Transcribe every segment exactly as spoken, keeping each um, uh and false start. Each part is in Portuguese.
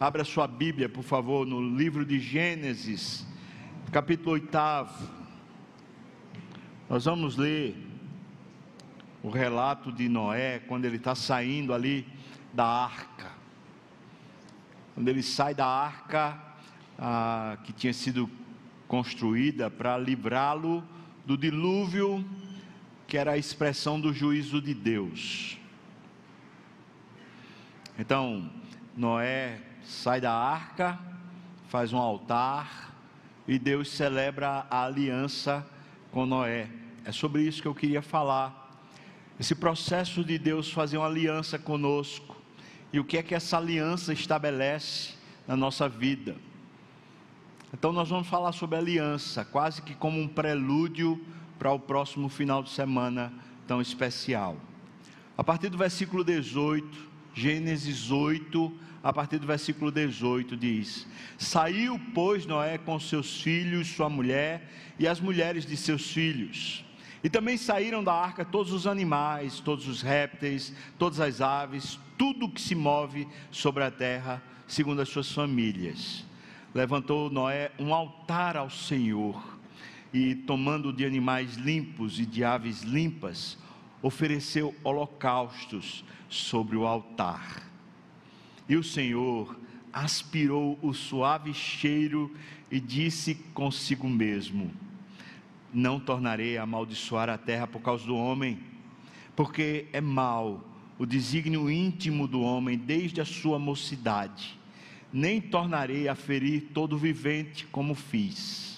Abra sua Bíblia, por favor, no livro de Gênesis, capítulo oitavo. Nós vamos ler o relato de Noé, quando ele está saindo ali da arca. Quando ele sai da arca, ah, que tinha sido construída para livrá-lo do dilúvio, que era a expressão do juízo de Deus. Então, Noé sai da arca, faz um altar, e Deus celebra a aliança com Noé. É sobre isso que eu queria falar. Esse processo de Deus fazer uma aliança conosco, e o que é que essa aliança estabelece na nossa vida. Então nós vamos falar sobre aliança, quase que como um prelúdio para o próximo final de semana tão especial. A partir do versículo dezoito, Gênesis oito, a partir do versículo dezoito diz: Saiu, pois, Noé com seus filhos, sua mulher e as mulheres de seus filhos. E também saíram da arca todos os animais, todos os répteis, todas as aves, tudo que se move sobre a terra, segundo as suas famílias. Levantou Noé um altar ao Senhor, e tomando de animais limpos e de aves limpas, ofereceu holocaustos sobre o altar. E o Senhor aspirou o suave cheiro e disse consigo mesmo: Não tornarei a amaldiçoar a terra por causa do homem, porque é mau o desígnio íntimo do homem desde a sua mocidade. Nem tornarei a ferir todo vivente como fiz.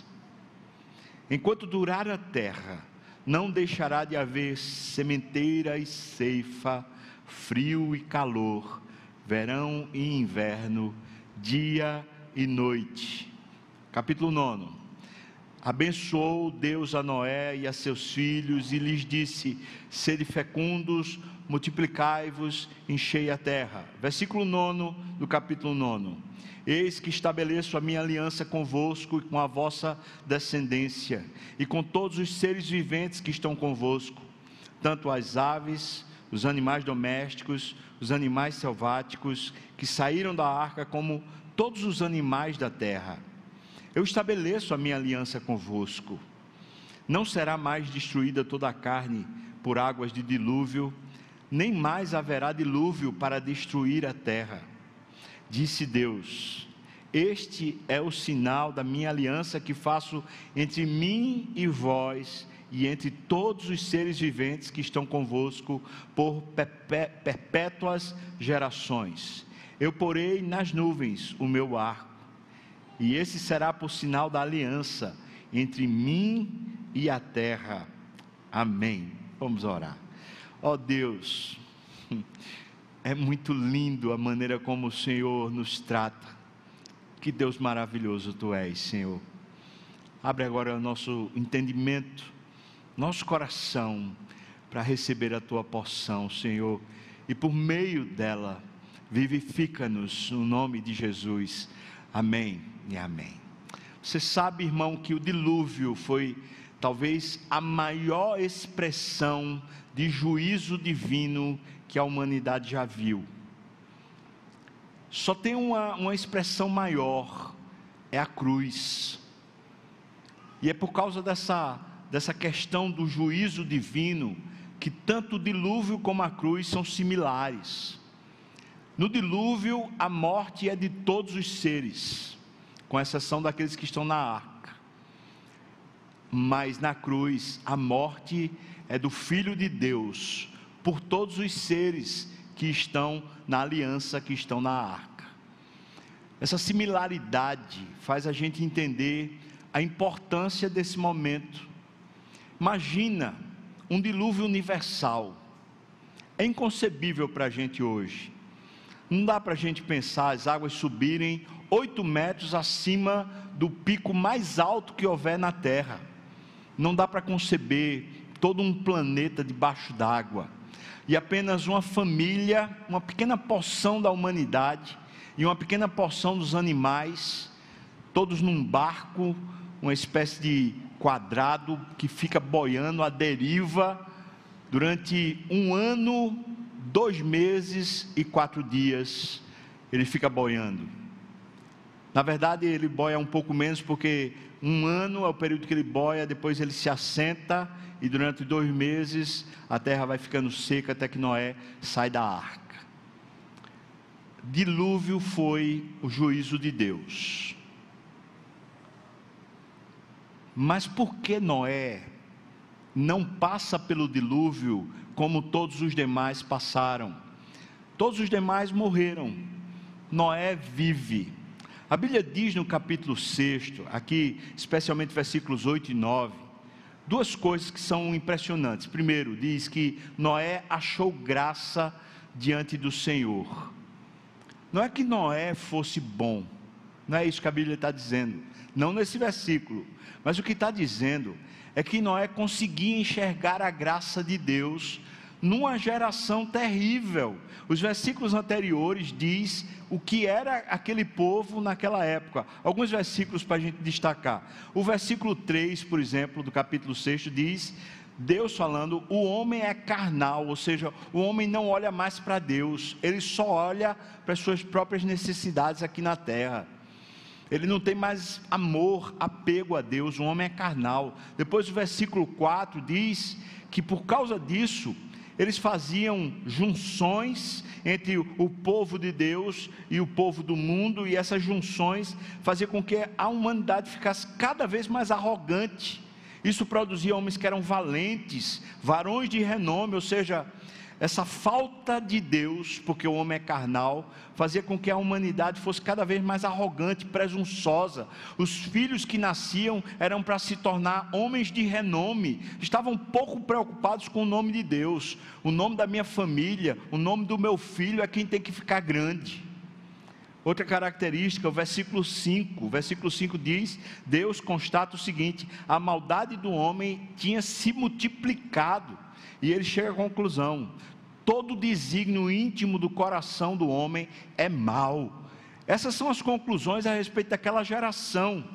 Enquanto durar a terra, não deixará de haver sementeira e ceifa, frio e calor, verão e inverno, dia e noite. Capítulo nove. Abençoou Deus a Noé e a seus filhos e lhes disse: Sede fecundos, multiplicai-vos, enchei a terra. Versículo nove do capítulo nove. Eis que estabeleço a minha aliança convosco e com a vossa descendência, e com todos os seres viventes que estão convosco, tanto as aves, os animais domésticos, os animais selváticos, que saíram da arca, como todos os animais da terra. Eu estabeleço a minha aliança convosco. Não será mais destruída toda a carne por águas de dilúvio, nem mais haverá dilúvio para destruir a terra. Disse Deus: Este é o sinal da minha aliança que faço entre mim e vós, e entre todos os seres viventes que estão convosco, por perpétuas gerações. Eu porei nas nuvens o meu arco, e esse será por sinal da aliança entre mim e a terra. Amém. Vamos orar. Ó Deus, é muito lindo a maneira como o Senhor nos trata. Que Deus maravilhoso Tu és, Senhor. Abre agora o nosso entendimento, nosso coração, para receber a Tua porção, Senhor, e por meio dela, vivifica-nos no nome de Jesus. Amém e amém. Você sabe, irmão, que o dilúvio foi talvez a maior expressão de juízo divino que a humanidade já viu. Só tem uma, uma expressão maior, é a cruz. E é por causa dessa, dessa questão do juízo divino, que tanto o dilúvio como a cruz são similares. No dilúvio, a morte é de todos os seres, com exceção daqueles que estão na arca. Mas na cruz, a morte é do Filho de Deus, por todos os seres que estão na aliança, que estão na arca. Essa similaridade faz a gente entender a importância desse momento. Imagina um dilúvio universal. É inconcebível para a gente hoje. Não dá para a gente pensar as águas subirem oito metros acima do pico mais alto que houver na terra. Não dá para conceber todo um planeta debaixo d'água, e apenas uma família, uma pequena porção da humanidade, e uma pequena porção dos animais, todos num barco, uma espécie de quadrado, que fica boiando à deriva, durante um ano, dois meses e quatro dias, ele fica boiando. Na verdade, ele boia um pouco menos, porque um ano é o período que ele boia, depois ele se assenta, e durante dois meses a terra vai ficando seca até que Noé sai da arca. Dilúvio foi o juízo de Deus. Mas por que Noé não passa pelo dilúvio como todos os demais passaram? Todos os demais morreram, Noé vive. A Bíblia diz no capítulo seis, aqui especialmente versículos oito e nove, duas coisas que são impressionantes. Primeiro, diz que Noé achou graça diante do Senhor. Não é que Noé fosse bom, não é isso que a Bíblia está dizendo, não nesse versículo, mas o que está dizendo é que Noé conseguia enxergar a graça de Deus numa geração terrível. Os versículos anteriores diz o que era aquele povo naquela época. Alguns versículos para a gente destacar. O versículo três, por exemplo, do capítulo seis diz, Deus falando, o homem é carnal, ou seja, o homem não olha mais para Deus, ele só olha para as suas próprias necessidades aqui na terra. Ele não tem mais amor, apego a Deus, o homem é carnal. Depois o versículo quatro diz que por causa disso, eles faziam junções entre o povo de Deus e o povo do mundo, e essas junções faziam com que a humanidade ficasse cada vez mais arrogante. Isso produzia homens que eram valentes, varões de renome, ou seja, essa falta de Deus, porque o homem é carnal, fazia com que a humanidade fosse cada vez mais arrogante, presunçosa. Os filhos que nasciam eram para se tornar homens de renome, estavam pouco preocupados com o nome de Deus. O nome da minha família, o nome do meu filho é quem tem que ficar grande. Outra característica, o versículo cinco, o versículo cinco diz, Deus constata o seguinte, a maldade do homem tinha se multiplicado, e ele chega à conclusão, todo desígnio íntimo do coração do homem é mau. Essas são as conclusões a respeito daquela geração.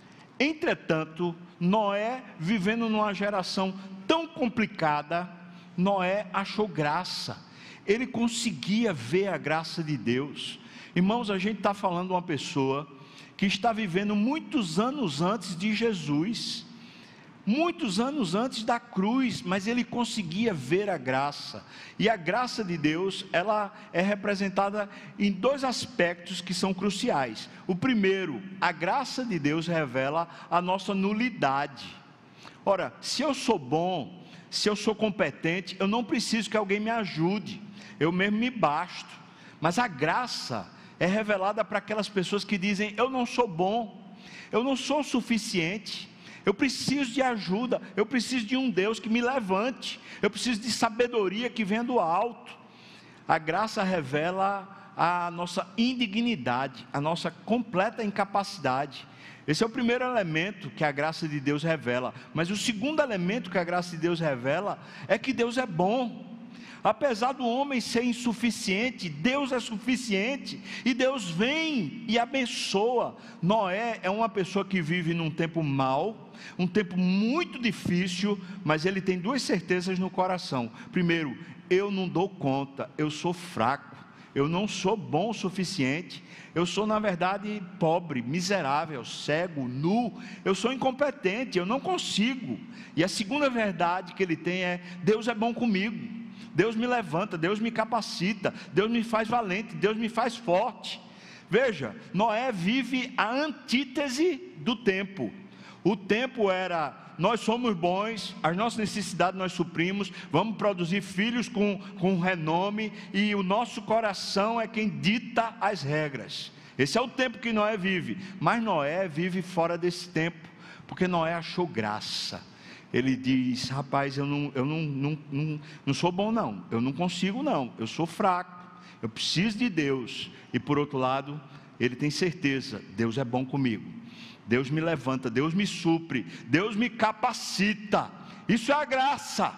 Entretanto, Noé, vivendo numa geração tão complicada, Noé achou graça, ele conseguia ver a graça de Deus. Irmãos, a gente está falando de uma pessoa que está vivendo muitos anos antes de Jesus, muitos anos antes da cruz, mas ele conseguia ver a graça, e a graça de Deus, ela é representada em dois aspectos que são cruciais. O primeiro, a graça de Deus revela a nossa nulidade. Ora, se eu sou bom, se eu sou competente, eu não preciso que alguém me ajude, eu mesmo me basto. Mas a graça é revelada para aquelas pessoas que dizem, eu não sou bom, eu não sou o suficiente, eu preciso de ajuda, eu preciso de um Deus que me levante, eu preciso de sabedoria que vem do alto. A graça revela a nossa indignidade, a nossa completa incapacidade. Esse é o primeiro elemento que a graça de Deus revela. Mas o segundo elemento que a graça de Deus revela é que Deus é bom. Apesar do homem ser insuficiente, Deus é suficiente, e Deus vem e abençoa. Noé é uma pessoa que vive num tempo mau, um tempo muito difícil, mas ele tem duas certezas no coração. Primeiro, eu não dou conta, eu sou fraco, eu não sou bom o suficiente, eu sou na verdade pobre, miserável, cego, nu, eu sou incompetente, eu não consigo. E a segunda verdade que ele tem é, Deus é bom comigo, Deus me levanta, Deus me capacita, Deus me faz valente, Deus me faz forte. Veja, Noé vive a antítese do tempo. O tempo era, nós somos bons, as nossas necessidades nós suprimos, vamos produzir filhos com, com renome, e o nosso coração é quem dita as regras. Esse é o tempo que Noé vive, mas Noé vive fora desse tempo, porque Noé achou graça. Ele diz, rapaz, eu, não, eu não, não, não, não sou bom não, eu não consigo não, eu sou fraco, eu preciso de Deus. E por outro lado, ele tem certeza, Deus é bom comigo, Deus me levanta, Deus me supre, Deus me capacita, isso é a graça.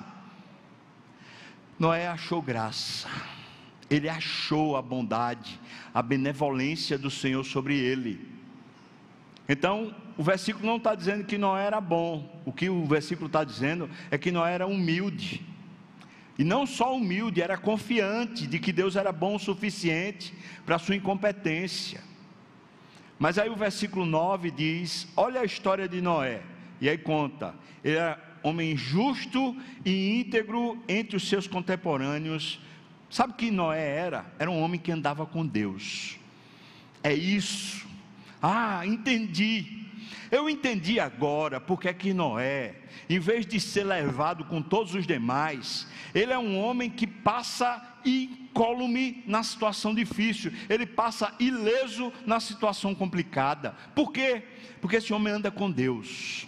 Noé achou graça, ele achou a bondade, a benevolência do Senhor sobre ele. Então, o versículo não está dizendo que Noé era bom, o que o versículo está dizendo é que Noé era humilde, e não só humilde, era confiante de que Deus era bom o suficiente para a sua incompetência. Mas aí o versículo nove diz: olha a história de Noé, e aí conta, ele era homem justo e íntegro entre os seus contemporâneos. Sabe o que Noé era? Era um homem que andava com Deus. É isso. Ah, entendi. Eu entendi agora porque é que Noé, em vez de ser levado com todos os demais, ele é um homem que passa incólume na situação difícil, ele passa ileso na situação complicada. Por quê? Porque esse homem anda com Deus.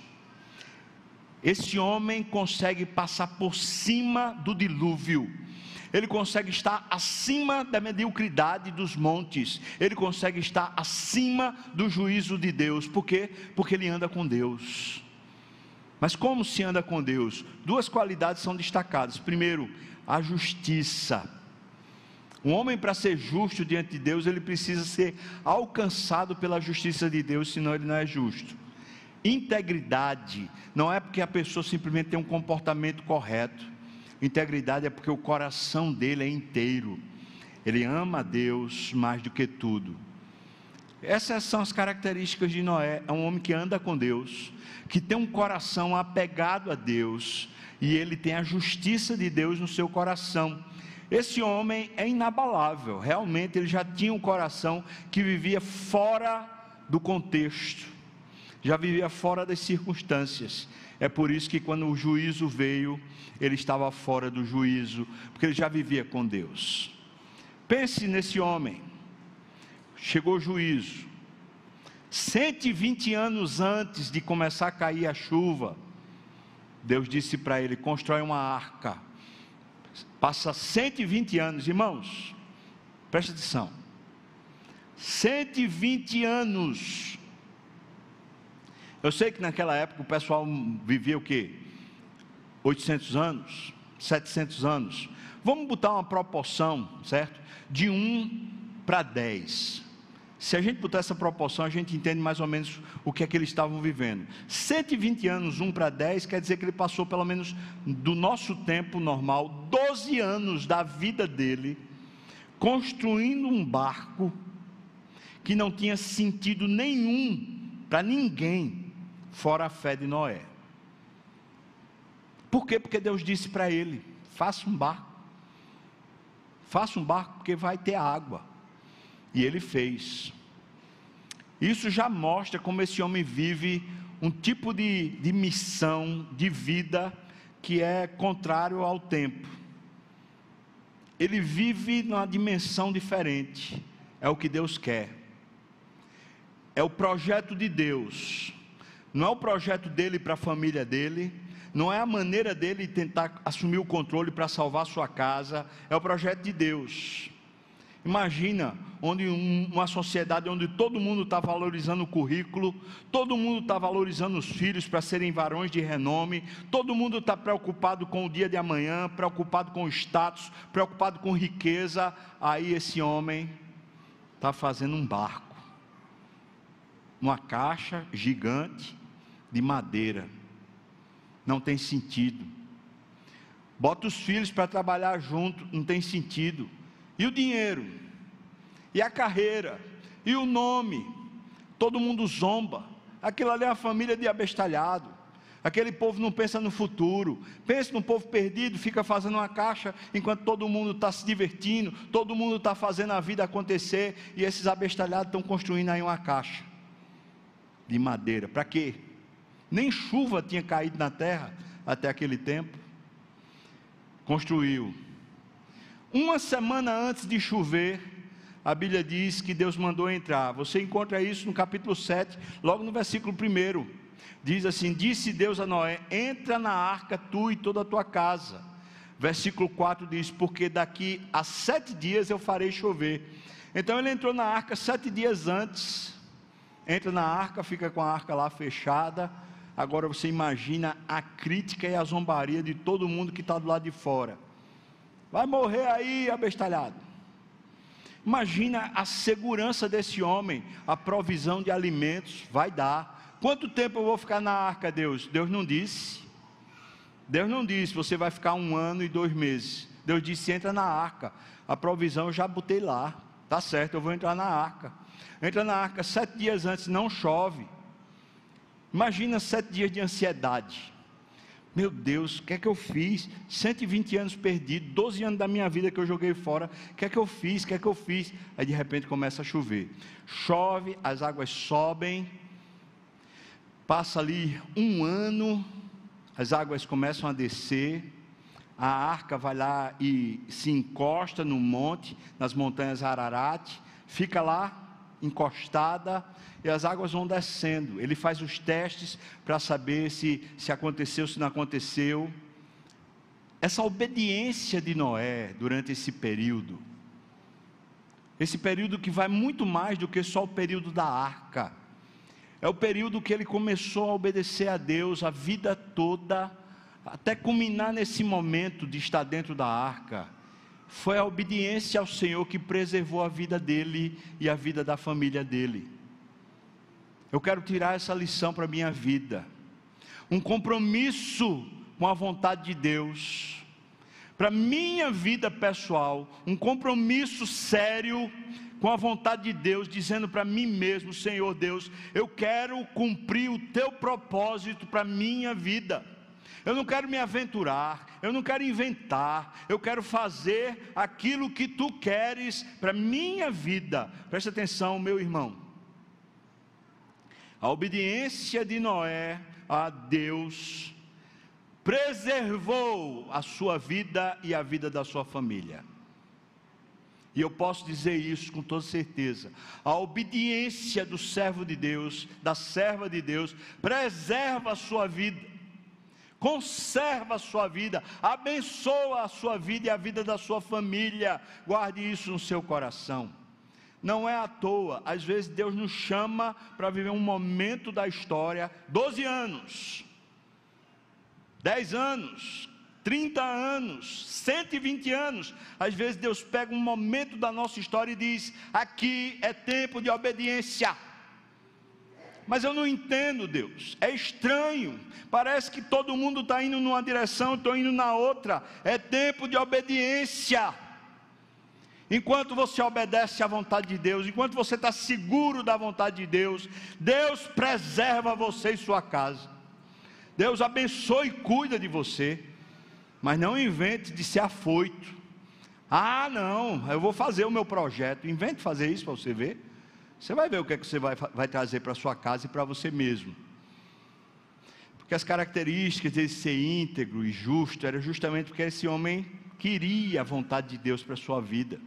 Esse homem consegue passar por cima do dilúvio, ele consegue estar acima da mediocridade dos montes, ele consegue estar acima do juízo de Deus. Por quê? Porque ele anda com Deus. Mas como se anda com Deus? Duas qualidades são destacadas. Primeiro, a justiça. Um homem, para ser justo diante de Deus, ele precisa ser alcançado pela justiça de Deus, senão ele não é justo. Integridade não é porque a pessoa simplesmente tem um comportamento correto. Integridade é porque o coração dele é inteiro, ele ama a Deus mais do que tudo. Essas são as características de Noé. É um homem que anda com Deus, que tem um coração apegado a Deus, e ele tem a justiça de Deus no seu coração. Esse homem é inabalável, realmente ele já tinha um coração que vivia fora do contexto, já vivia fora das circunstâncias. É por isso que quando o juízo veio, ele estava fora do juízo, porque ele já vivia com Deus. Pense nesse homem. Chegou o juízo, cento e vinte anos antes de começar a cair a chuva, Deus disse para ele: constrói uma arca. Passa cento e vinte anos, irmãos, preste atenção, cento e vinte anos. Eu sei que naquela época o pessoal vivia o quê? oitocentos anos, setecentos anos. Vamos botar uma proporção, certo? De um para dez. Se a gente botar essa proporção, a gente entende mais ou menos o que é que eles estavam vivendo. cento e vinte anos, um para dez, quer dizer que ele passou pelo menos do nosso tempo normal, doze anos da vida dele, construindo um barco que não tinha sentido nenhum para ninguém, fora a fé de Noé. Por quê? Porque Deus disse para ele: faça um barco, faça um barco porque vai ter água, e ele fez. Isso já mostra como esse homem vive um tipo de, de missão, de vida, que é contrário ao tempo. Ele vive numa dimensão diferente, é o que Deus quer, é o projeto de Deus. Não é o projeto dele para a família dele, não é a maneira dele tentar assumir o controle para salvar a sua casa, é o projeto de Deus. Imagina onde um, uma sociedade onde todo mundo está valorizando o currículo, todo mundo está valorizando os filhos para serem varões de renome, todo mundo está preocupado com o dia de amanhã, preocupado com o status, preocupado com riqueza. Aí esse homem está fazendo um barco, uma caixa gigante de madeira. Não tem sentido. Bota os filhos para trabalhar junto, não tem sentido. E o dinheiro, e a carreira, e o nome, todo mundo zomba. Aquilo ali é uma família de abestalhado. Aquele povo não pensa no futuro, pensa no povo perdido, fica fazendo uma caixa, enquanto todo mundo está se divertindo, todo mundo está fazendo a vida acontecer, e esses abestalhados estão construindo aí uma caixa de madeira. Para quê? Nem chuva tinha caído na terra até aquele tempo. Construiu. Uma semana antes de chover, a Bíblia diz que Deus mandou entrar. Você encontra isso no capítulo sete, logo no versículo primeiro. Diz assim: disse Deus a Noé: entra na arca tu e toda a tua casa. Versículo quatro diz: porque daqui a sete dias eu farei chover. Então ele entrou na arca sete dias antes. Entra na arca, fica com a arca lá fechada. Agora você imagina a crítica e a zombaria de todo mundo que está do lado de fora. Vai morrer aí, abestalhado. Imagina a segurança desse homem, a provisão de alimentos, vai dar. Quanto tempo eu vou ficar na arca, Deus? Deus não disse. Deus não disse, você vai ficar um ano e dois meses. Deus disse, entra na arca. A provisão eu já botei lá. Tá certo, eu vou entrar na arca. entra na arca sete dias antes, não chove. Imagina sete dias de ansiedade. Meu Deus, o que é que eu fiz? cento e vinte anos perdidos, doze anos da minha vida que eu joguei fora. O que é que eu fiz? O que é que eu fiz? Aí de repente começa a chover. Chove, as águas sobem. Passa ali um ano, as águas começam a descer. A arca vai lá e se encosta no monte, nas montanhas Ararat. Fica lá encostada, e as águas vão descendo. Ele faz os testes para saber se, se aconteceu, se não aconteceu. Essa obediência de Noé durante esse período, esse período que vai muito mais do que só o período da arca, é o período que ele começou a obedecer a Deus a vida toda, até culminar nesse momento de estar dentro da arca. Foi a obediência ao Senhor que preservou a vida dele e a vida da família dele. Eu quero tirar essa lição para a minha vida, um compromisso com a vontade de Deus, para a minha vida pessoal, um compromisso sério com a vontade de Deus, dizendo para mim mesmo: Senhor Deus, eu quero cumprir o teu propósito para a minha vida. Eu não quero me aventurar, eu não quero inventar, eu quero fazer aquilo que tu queres para a minha vida. Preste atenção, meu irmão. A obediência de Noé a Deus preservou a sua vida e a vida da sua família. E eu posso dizer isso com toda certeza. A obediência do servo de Deus, da serva de Deus, preserva a sua vida, conserva a sua vida, abençoa a sua vida e a vida da sua família. Guarde isso no seu coração. Não é à toa, às vezes Deus nos chama para viver um momento da história, doze anos, dez anos, trinta anos, cento e vinte anos. Às vezes Deus pega um momento da nossa história e diz: aqui é tempo de obediência. Mas eu não entendo, Deus, é estranho, parece que todo mundo está indo numa direção, eu estou indo na outra. É tempo de obediência. Enquanto você obedece à vontade de Deus, enquanto você está seguro da vontade de Deus, Deus preserva você e sua casa, Deus abençoa e cuida de você. Mas não invente de ser afoito. Ah não, eu vou fazer o meu projeto. Invente fazer isso para você ver. Você vai ver o que é que você vai, vai trazer para a sua casa e para você mesmo. Porque as características de ser íntegro e justo era justamente porque esse homem queria a vontade de Deus para a sua vida.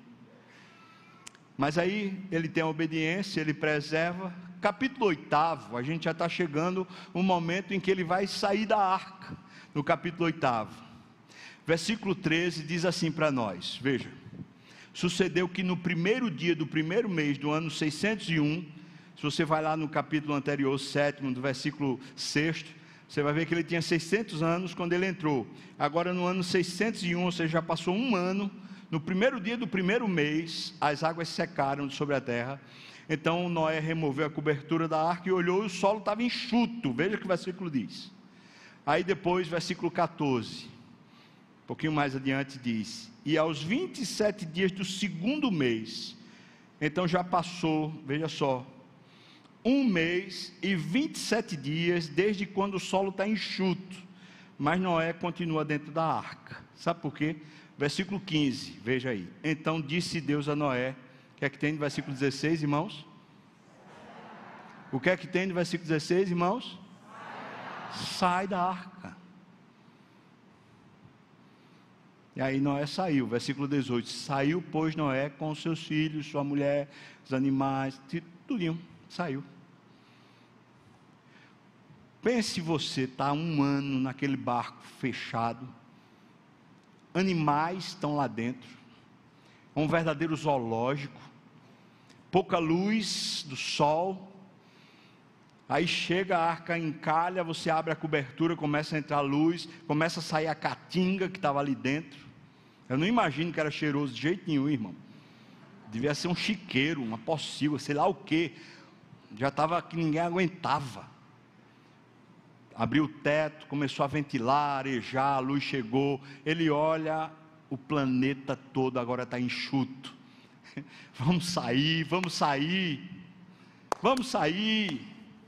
Mas aí ele tem a obediência, ele preserva. Capítulo oitavo, a gente já está chegando um momento em que ele vai sair da arca. No capítulo oitavo, versículo treze diz assim para nós, veja: sucedeu que no primeiro dia do primeiro mês do ano seiscentos e um, se você vai lá no capítulo anterior, sétimo, do versículo seis, você vai ver que ele tinha seiscentos anos quando ele entrou. Agora no ano seiscentos e um, ou seja, já passou um ano, no primeiro dia do primeiro mês, as águas secaram sobre a terra. Então Noé removeu a cobertura da arca e olhou, e o solo estava enxuto. Veja o que o versículo diz. Aí depois, versículo quatorze, um pouquinho mais adiante diz: e aos vinte e sete dias do segundo mês, então já passou, veja só, um mês e vinte e sete dias desde quando o solo está enxuto, mas Noé continua dentro da arca. Sabe por quê? Versículo quinze, veja aí: então disse Deus a Noé. O que é que tem no versículo dezesseis, irmãos? O que é que tem no versículo dezesseis, irmãos? Sai da arca. E aí Noé saiu, versículo dezoito: saiu, pois, Noé com os seus filhos, sua mulher, os animais, tudinho, saiu. Pense você, está um ano naquele barco fechado, animais estão lá dentro, um verdadeiro zoológico, pouca luz do sol. Aí chega a arca, encalha, você abre a cobertura, começa a entrar luz, começa a sair a caatinga que estava ali dentro. Eu não imagino que era cheiroso de jeito nenhum, irmão. Devia ser um chiqueiro, uma pocilga, sei lá o que. Já estava que ninguém aguentava. Abriu o teto, começou a ventilar, arejar, a luz chegou. Ele olha, o planeta todo agora está enxuto. Vamos sair, vamos sair. vamos sair.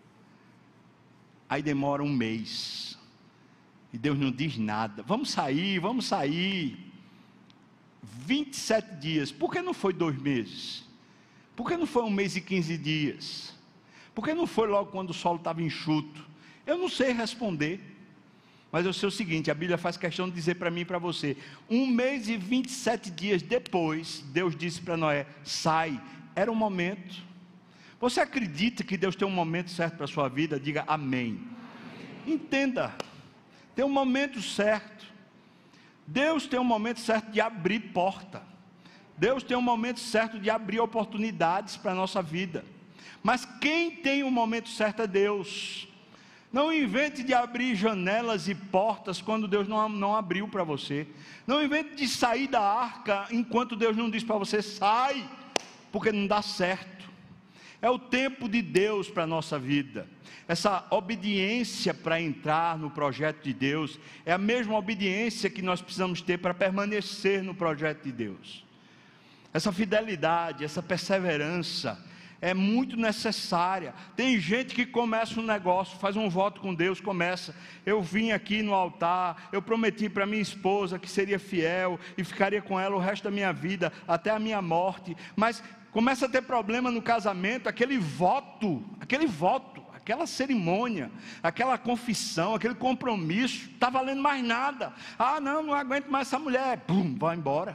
Aí demora um mês, e Deus não diz nada, vamos sair, vamos sair, vinte e sete dias, por que não foi dois meses? Por que não foi um mês e quinze dias? Por que não foi logo quando o solo estava enxuto? Eu não sei responder, mas eu sei o seguinte, a Bíblia faz questão de dizer para mim e para você, um mês e vinte e sete dias depois, Deus disse para Noé, sai, era o momento. Você acredita que Deus tem um momento certo para a sua vida? Diga amém. Entenda, tem um momento certo. Deus tem um momento certo de abrir porta. Deus tem um momento certo de abrir oportunidades para a nossa vida. Mas quem tem um momento certo é Deus. Não invente de abrir janelas e portas quando Deus não, não abriu para você. Não invente de sair da arca enquanto Deus não diz para você, sai, porque não dá certo. É o tempo de Deus para a nossa vida. Essa obediência para entrar no projeto de Deus, é a mesma obediência que nós precisamos ter para permanecer no projeto de Deus. Essa fidelidade, essa perseverança, é muito necessária. Tem gente que começa um negócio, faz um voto com Deus, começa, eu vim aqui no altar, eu prometi para minha esposa que seria fiel, e ficaria com ela o resto da minha vida, até a minha morte, mas começa a ter problema no casamento, aquele voto, aquele voto, aquela cerimônia, aquela confissão, aquele compromisso, está valendo mais nada, ah não, não aguento mais essa mulher, pum, vai embora.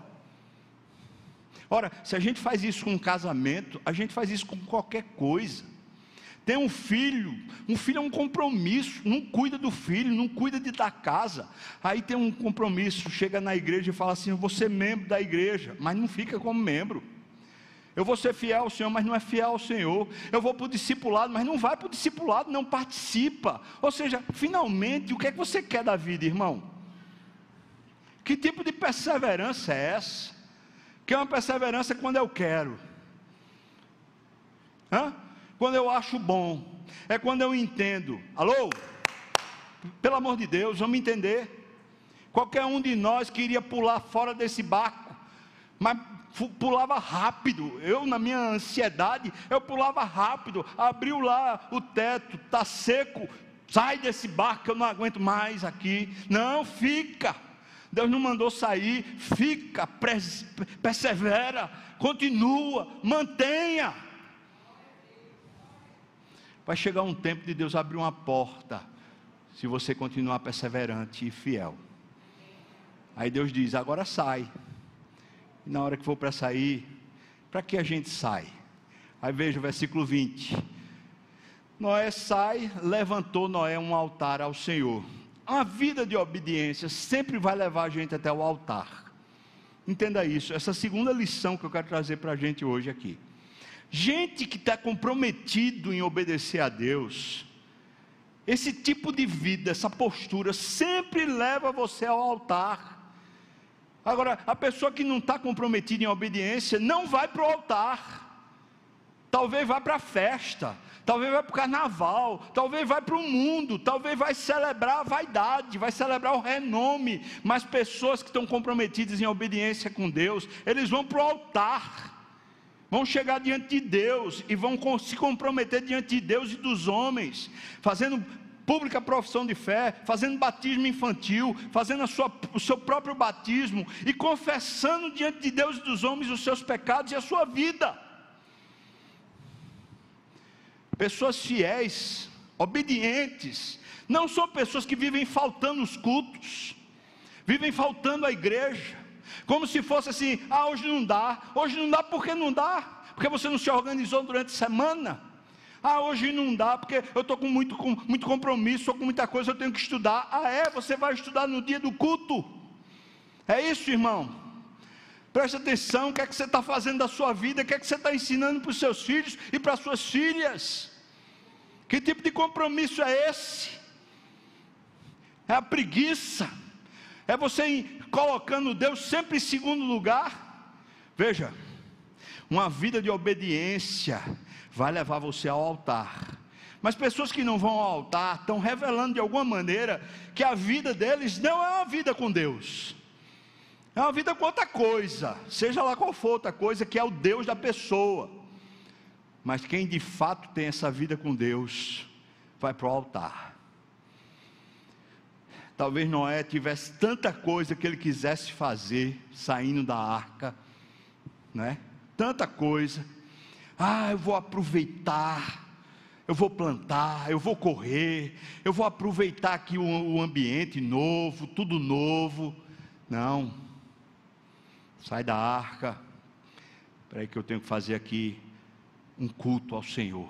Ora, se a gente faz isso com um casamento, a gente faz isso com qualquer coisa. Tem um filho, um filho é um compromisso, não cuida do filho, não cuida de da casa, aí tem um compromisso, chega na igreja e fala assim, eu vou ser membro da igreja, mas não fica como membro. Eu vou ser fiel ao Senhor, mas não é fiel ao Senhor. Eu vou para o discipulado, mas não vai para o discipulado, não participa. Ou seja, finalmente, o que é que você quer da vida, irmão? Que tipo de perseverança é essa? Que é uma perseverança quando eu quero. Hã? Quando eu acho bom. É quando eu entendo. Alô? Pelo amor de Deus, vamos entender. Qualquer um de nós queria pular fora desse barco, mas pulava rápido. Eu, na minha ansiedade, eu pulava rápido. Abriu lá o teto, está seco, sai desse barco, eu não aguento mais aqui. Não, fica. Deus não mandou sair, fica, persevera, continua, mantenha. Vai chegar um tempo de Deus abrir uma porta, se você continuar perseverante e fiel. Aí Deus diz, agora sai. E na hora que for para sair, para que a gente sai? Aí veja o versículo vinte. Noé sai, levantou Noé um altar ao Senhor. A vida de obediência sempre vai levar a gente até o altar. Entenda isso, essa segunda lição que eu quero trazer para a gente hoje aqui. Gente que está comprometido em obedecer a Deus, esse tipo de vida, essa postura, sempre leva você ao altar. Agora, a pessoa que não está comprometida em obediência, não vai para o altar. Talvez vá para a festa, talvez vá para o carnaval, talvez vá para o mundo, talvez vai celebrar a vaidade, vai celebrar o renome. Mas pessoas que estão comprometidas em obediência com Deus, eles vão para o altar, vão chegar diante de Deus, e vão se comprometer diante de Deus e dos homens, fazendo pública profissão de fé, fazendo batismo infantil, fazendo a sua, o seu próprio batismo, e confessando diante de Deus e dos homens os seus pecados e a sua vida. Pessoas fiéis, obedientes, não são pessoas que vivem faltando os cultos, vivem faltando a igreja, como se fosse assim, ah hoje não dá, hoje não dá porque não dá, porque você não se organizou durante a semana. Ah, hoje não dá, porque eu estou com muito, com muito compromisso, estou com muita coisa, eu tenho que estudar. Ah é? Você vai estudar no dia do culto? É isso, irmão? Presta atenção, o que é que você está fazendo da sua vida, o que é que você está ensinando para os seus filhos e para as suas filhas? Que tipo de compromisso é esse? É a preguiça, é você colocando Deus sempre em segundo lugar. Veja, uma vida de obediência vai levar você ao altar, mas pessoas que não vão ao altar, estão revelando de alguma maneira, que a vida deles não é uma vida com Deus, é uma vida com outra coisa, seja lá qual for outra coisa, que é o Deus da pessoa. Mas quem de fato tem essa vida com Deus, vai para o altar. Talvez Noé tivesse tanta coisa que ele quisesse fazer, saindo da arca, né? Tanta coisa. Ah, eu vou aproveitar, eu vou plantar, eu vou correr, eu vou aproveitar aqui o, o ambiente novo, tudo novo. Não, sai da arca. Espera aí que eu tenho que fazer aqui um culto ao Senhor.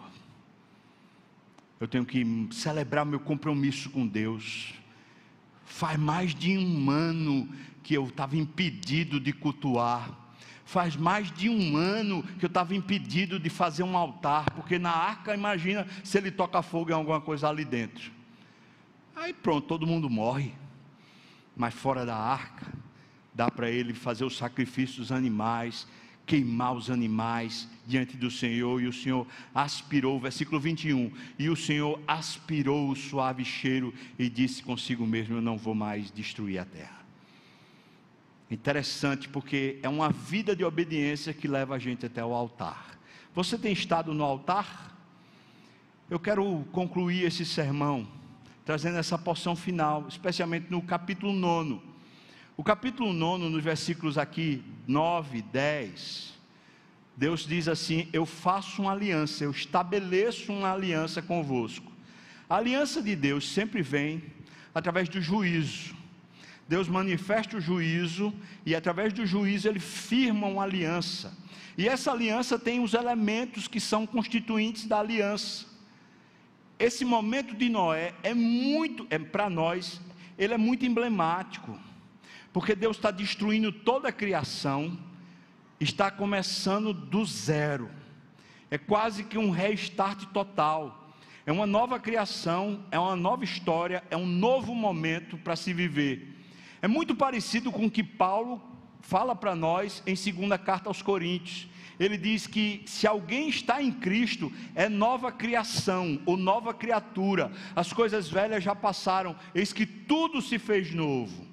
Eu tenho que celebrar meu compromisso com Deus. Faz mais de um ano que eu estava impedido de cultuar. Faz mais de um ano que eu estava impedido de fazer um altar, porque na arca, imagina se ele toca fogo em alguma coisa ali dentro. Aí pronto, todo mundo morre. Mas fora da arca, dá para ele fazer o sacrifício dos animais, queimar os animais diante do Senhor, e o Senhor aspirou, versículo vinte e um, e o Senhor aspirou o suave cheiro e disse consigo mesmo: eu não vou mais destruir a terra. Interessante, porque é uma vida de obediência que leva a gente até o altar. Você tem estado no altar? Eu quero concluir esse sermão trazendo essa porção final, especialmente no capítulo nono. O capítulo nono, nos versículos aqui nove, dez, Deus diz assim: eu faço uma aliança, eu estabeleço uma aliança convosco. A aliança de Deus sempre vem através do juízo. Deus manifesta o juízo, e através do juízo ele firma uma aliança, e essa aliança tem os elementos que são constituintes da aliança. Esse momento de Noé é muito, é, para nós, ele é muito emblemático, porque Deus está destruindo toda a criação, está começando do zero, é quase que um restart total, é uma nova criação, é uma nova história, é um novo momento para se viver. É muito parecido com o que Paulo fala para nós em segunda carta aos Coríntios. Ele diz que se alguém está em Cristo, é nova criação, ou nova criatura, as coisas velhas já passaram, eis que tudo se fez novo.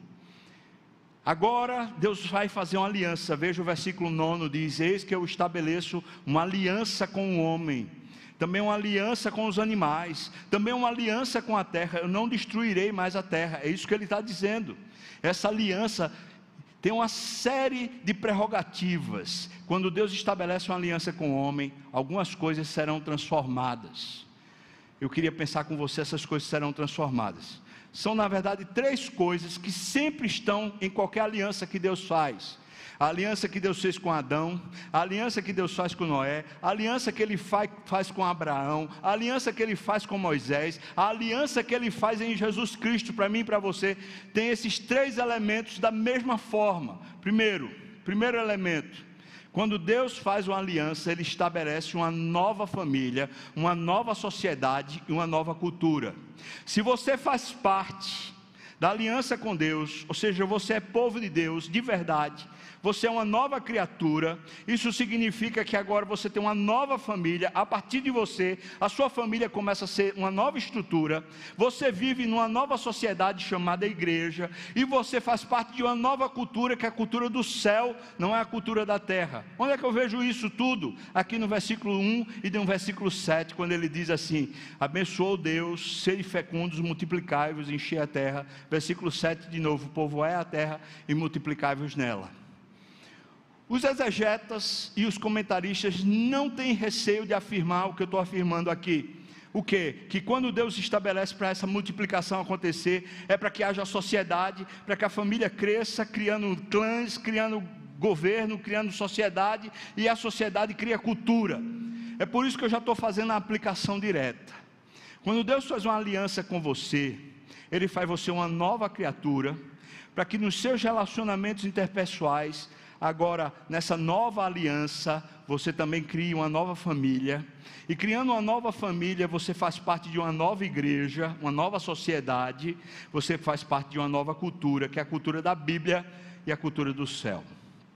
Agora Deus vai fazer uma aliança. Veja o versículo nove, diz: eis que eu estabeleço uma aliança com o homem, também uma aliança com os animais, também uma aliança com a terra, eu não destruirei mais a terra. É isso que ele está dizendo. Essa aliança tem uma série de prerrogativas. Quando Deus estabelece uma aliança com o homem, algumas coisas serão transformadas. Eu queria pensar com você, essas coisas serão transformadas. São na verdade três coisas que sempre estão em qualquer aliança que Deus faz. A aliança que Deus fez com Adão, a aliança que Deus faz com Noé, a aliança que Ele faz, faz com Abraão, a aliança que Ele faz com Moisés, a aliança que Ele faz em Jesus Cristo, para mim e para você, tem esses três elementos da mesma forma. Primeiro, primeiro elemento, quando Deus faz uma aliança, Ele estabelece uma nova família, uma nova sociedade e uma nova cultura. Se você faz parte da aliança com Deus, ou seja, você é povo de Deus de verdade, você é uma nova criatura, isso significa que agora você tem uma nova família. A partir de você, a sua família começa a ser uma nova estrutura, você vive numa nova sociedade chamada igreja, e você faz parte de uma nova cultura, que é a cultura do céu, não é a cultura da terra. Onde é que eu vejo isso tudo? Aqui no versículo um e no versículo sete, quando ele diz assim: abençoou Deus, sede fecundos, multiplicai-vos, enchei a terra. Versículo sete de novo: povoai a terra e multiplicai-vos nela. Os exegetas e os comentaristas não têm receio de afirmar o que eu estou afirmando aqui. O quê? Que quando Deus estabelece para essa multiplicação acontecer, é para que haja sociedade, para que a família cresça, criando clãs, criando governo, criando sociedade, e a sociedade cria cultura. É por isso que eu já estou fazendo a aplicação direta. Quando Deus faz uma aliança com você, Ele faz você uma nova criatura, para que nos seus relacionamentos interpessoais, agora nessa nova aliança, você também cria uma nova família, e criando uma nova família, você faz parte de uma nova igreja, uma nova sociedade, você faz parte de uma nova cultura, que é a cultura da Bíblia e a cultura do céu.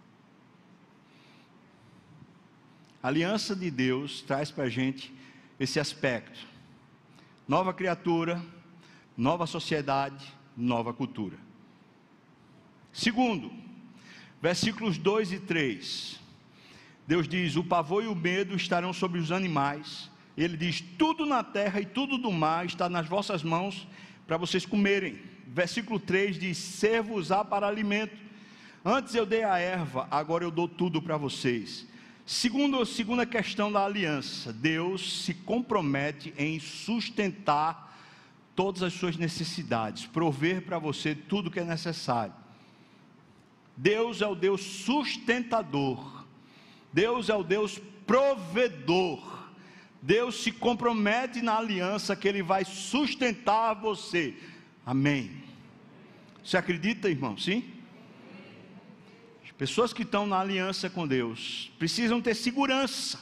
A aliança de Deus traz para a gente esse aspecto: nova criatura, nova sociedade, nova cultura. Segundo, versículos dois e três, Deus diz: o pavor e o medo estarão sobre os animais. Ele diz: tudo na terra e tudo do mar está nas vossas mãos para vocês comerem. Versículo três diz: ser-vos-á para alimento. Antes eu dei a erva, agora eu dou tudo para vocês. Segundo, segunda questão da aliança: Deus se compromete em sustentar todas as suas necessidades, prover para você tudo que é necessário. Deus é o Deus sustentador, Deus é o Deus provedor. Deus se compromete na aliança que Ele vai sustentar você. Amém. Você acredita, irmão? Sim? As pessoas que estão na aliança com Deus precisam ter segurança.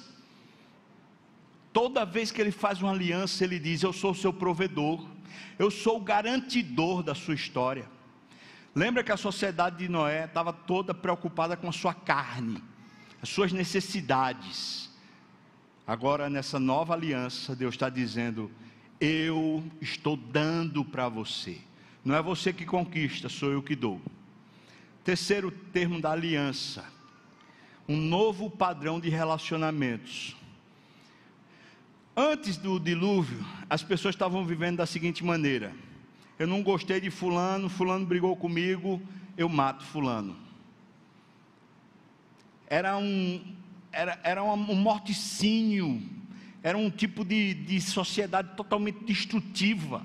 Toda vez que Ele faz uma aliança, Ele diz: eu sou o seu provedor, eu sou o garantidor da sua história. Lembra que a sociedade de Noé estava toda preocupada com a sua carne, as suas necessidades. Agora, nessa nova aliança, Deus está dizendo: eu estou dando para você. Não é você que conquista, sou eu que dou. Terceiro termo da aliança: um novo padrão de relacionamentos. Antes do dilúvio, as pessoas estavam vivendo da seguinte maneira: eu não gostei de fulano, fulano brigou comigo, eu mato fulano. Era um, era, era um morticínio, era um tipo de, de sociedade totalmente destrutiva.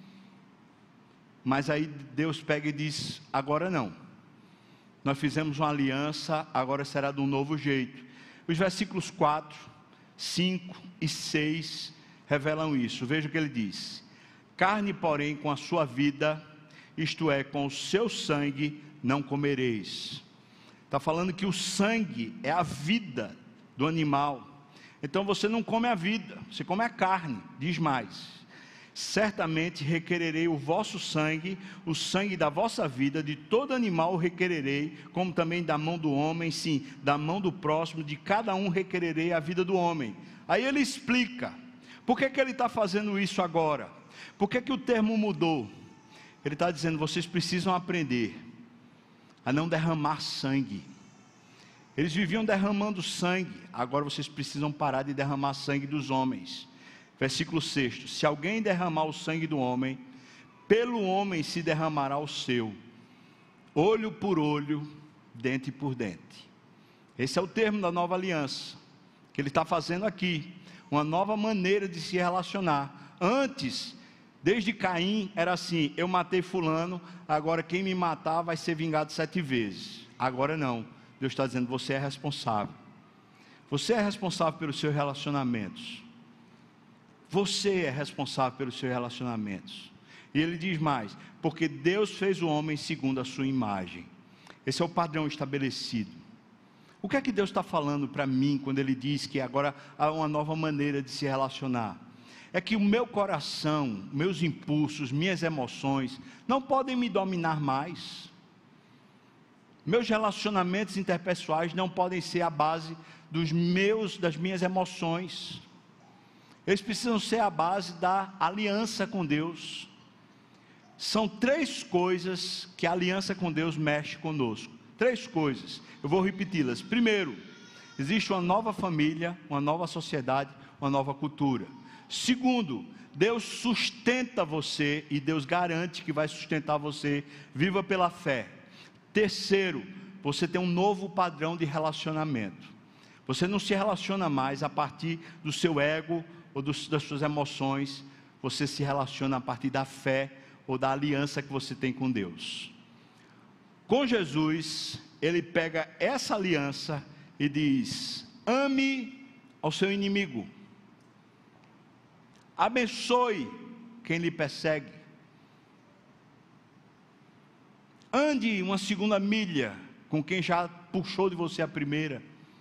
Mas aí Deus pega e diz: agora não, nós fizemos uma aliança, agora será de um novo jeito. Os versículos quatro, cinco e seis revelam isso. Veja o que ele diz: carne, porém, com a sua vida, isto é, com o seu sangue, não comereis. Está falando que o sangue é a vida do animal. Então você não come a vida, você come a carne. Diz mais: certamente requererei o vosso sangue, o sangue da vossa vida, de todo animal requererei, como também da mão do homem, sim, da mão do próximo, de cada um requererei a vida do homem. Aí ele explica, por que que ele está fazendo isso agora? Por que que o termo mudou? Ele está dizendo: vocês precisam aprender a não derramar sangue. Eles viviam derramando sangue, agora vocês precisam parar de derramar sangue dos homens. Versículo seis: se alguém derramar o sangue do homem, pelo homem se derramará o seu, olho por olho, dente por dente. Esse é o termo da nova aliança, que ele está fazendo aqui, uma nova maneira de se relacionar. Antes, desde Caim, era assim: eu matei fulano, agora quem me matar vai ser vingado sete vezes. Agora não, Deus está dizendo: você é responsável, você é responsável pelos seus relacionamentos, você é responsável pelos seus relacionamentos. E ele diz mais: porque Deus fez o homem segundo a sua imagem. Esse é o padrão estabelecido. O que é que Deus está falando para mim quando Ele diz que agora há uma nova maneira de se relacionar? É que o meu coração, meus impulsos, minhas emoções não podem me dominar mais. Meus relacionamentos interpessoais não podem ser a base dos meus, das minhas emoções. Eles precisam ser a base da aliança com Deus. São três coisas que a aliança com Deus mexe conosco. Três coisas, eu vou repeti-las. Primeiro, existe uma nova família, uma nova sociedade, uma nova cultura. Segundo, Deus sustenta você e Deus garante que vai sustentar você. Viva pela fé. Terceiro, você tem um novo padrão de relacionamento. Você não se relaciona mais a partir do seu ego ou dos, das suas emoções. Você se relaciona a partir da fé ou da aliança que você tem com Deus. Com Jesus, Ele pega essa aliança e diz: ame ao seu inimigo, abençoe quem lhe persegue, ande uma segunda milha com quem já puxou de você a primeira.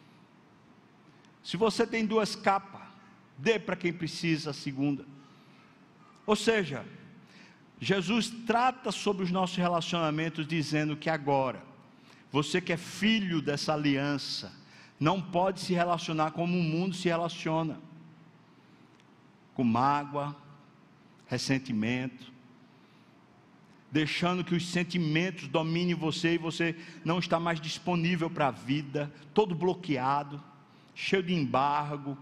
Se você tem duas capas, dê para quem precisa a segunda. Ou seja, Jesus trata sobre os nossos relacionamentos dizendo que agora, você que é filho dessa aliança, não pode se relacionar como o mundo se relaciona, com mágoa, ressentimento, deixando que os sentimentos dominem você e você não está mais disponível para a vida, todo bloqueado. cheio de embargo.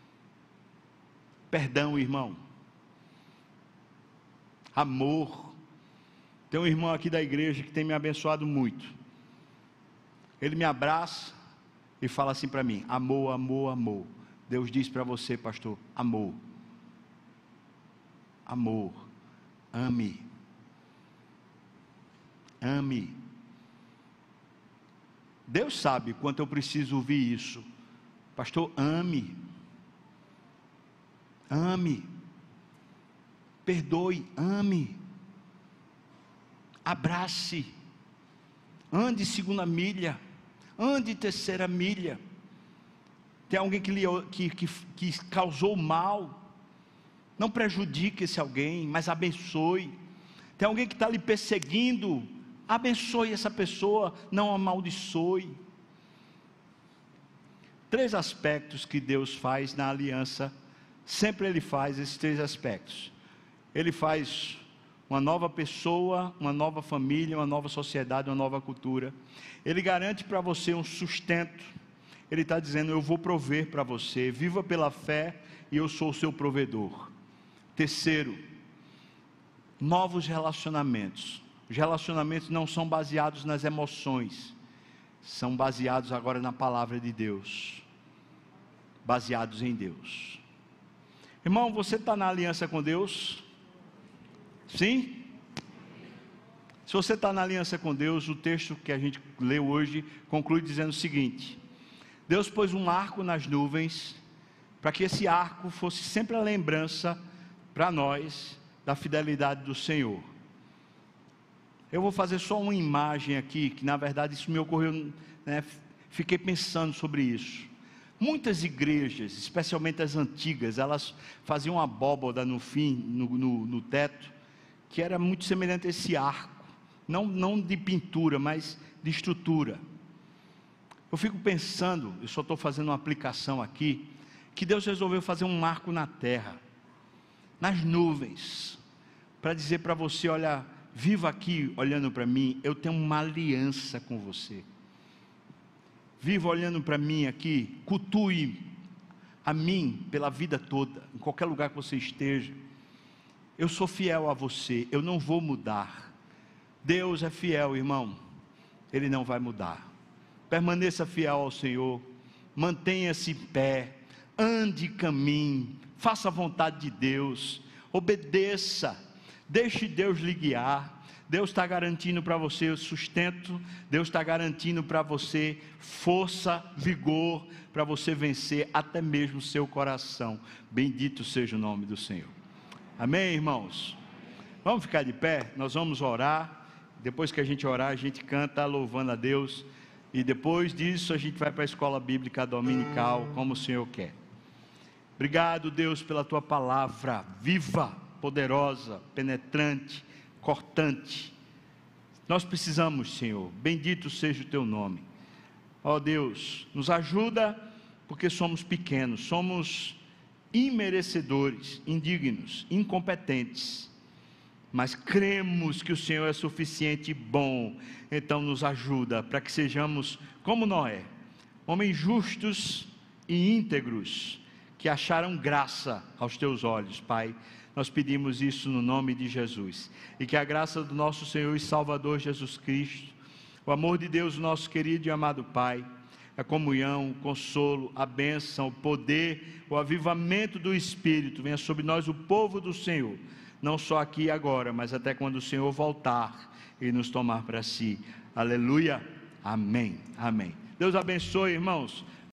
Perdão, irmão. Amor. Tem um irmão aqui da igreja que tem me abençoado muito. Ele me abraça e fala assim para mim: amor, amor, amor. Deus diz para você, pastor: amor. Amor. Ame. Ame. Deus sabe quanto eu preciso ouvir isso. Pastor, ame. Ame. Perdoe, ame. Abrace. Ande segunda milha. Ande terceira milha. Tem alguém que, lhe, que, que, que causou mal. Não prejudique esse alguém, mas abençoe. Tem alguém que está lhe perseguindo. Abençoe essa pessoa, não amaldiçoe. Três aspectos que Deus faz na aliança. Sempre Ele faz esses três aspectos. Ele faz uma nova pessoa, uma nova família, uma nova sociedade, uma nova cultura. Ele garante para você um sustento. Ele está dizendo: eu vou prover para você, viva pela fé e eu sou o seu provedor. Terceiro, novos relacionamentos. Os relacionamentos não são baseados nas emoções, são baseados agora na palavra de Deus, baseados em Deus. Irmão, você está na aliança com Deus? Sim? Se você está na aliança com Deus, o texto que a gente leu hoje conclui dizendo o seguinte: Deus pôs um arco nas nuvens, para que esse arco fosse sempre a lembrança para nós da fidelidade do Senhor. Eu vou fazer só uma imagem aqui, que na verdade isso me ocorreu, né? Fiquei pensando sobre isso. Muitas igrejas, especialmente as antigas, elas faziam uma abóbada no fim, no, no, no teto, que era muito semelhante a esse arco, não, não de pintura, mas de estrutura. Eu fico pensando, eu só estou fazendo uma aplicação aqui, que Deus resolveu fazer um arco na terra, nas nuvens, para dizer para você: olha, viva aqui olhando para mim, eu tenho uma aliança com você. Viva olhando para mim aqui, cultue a mim pela vida toda, em qualquer lugar que você esteja. Eu sou fiel a você, eu não vou mudar. Deus é fiel, irmão, Ele não vai mudar. Permaneça fiel ao Senhor, mantenha-se em pé, ande e caminhe, faça a vontade de Deus, obedeça, deixe Deus lhe guiar. Deus está garantindo para você o sustento, Deus está garantindo para você força, vigor, para você vencer até mesmo o seu coração. Bendito seja o nome do Senhor. Amém, irmãos? Vamos ficar de pé, nós vamos orar. Depois que a gente orar, a gente canta louvando a Deus, e depois disso a gente vai para a escola bíblica dominical, como o Senhor quer. Obrigado, Deus, pela tua palavra viva, poderosa, penetrante, cortante. Nós precisamos, Senhor, bendito seja o teu nome. Ó Deus, nos ajuda, porque somos pequenos, somos imerecedores, indignos, incompetentes, mas cremos que o Senhor é suficiente e bom. Então nos ajuda para que sejamos como Noé, homens justos e íntegros, que acharam graça aos teus olhos, Pai. Nós pedimos isso no nome de Jesus, e que a graça do nosso Senhor e Salvador Jesus Cristo, o amor de Deus, nosso querido e amado Pai, a comunhão, o consolo, a bênção, o poder, o avivamento do Espírito venha sobre nós, o povo do Senhor, não só aqui e agora, mas até quando o Senhor voltar e nos tomar para si. Aleluia, amém, amém. Deus abençoe, irmãos.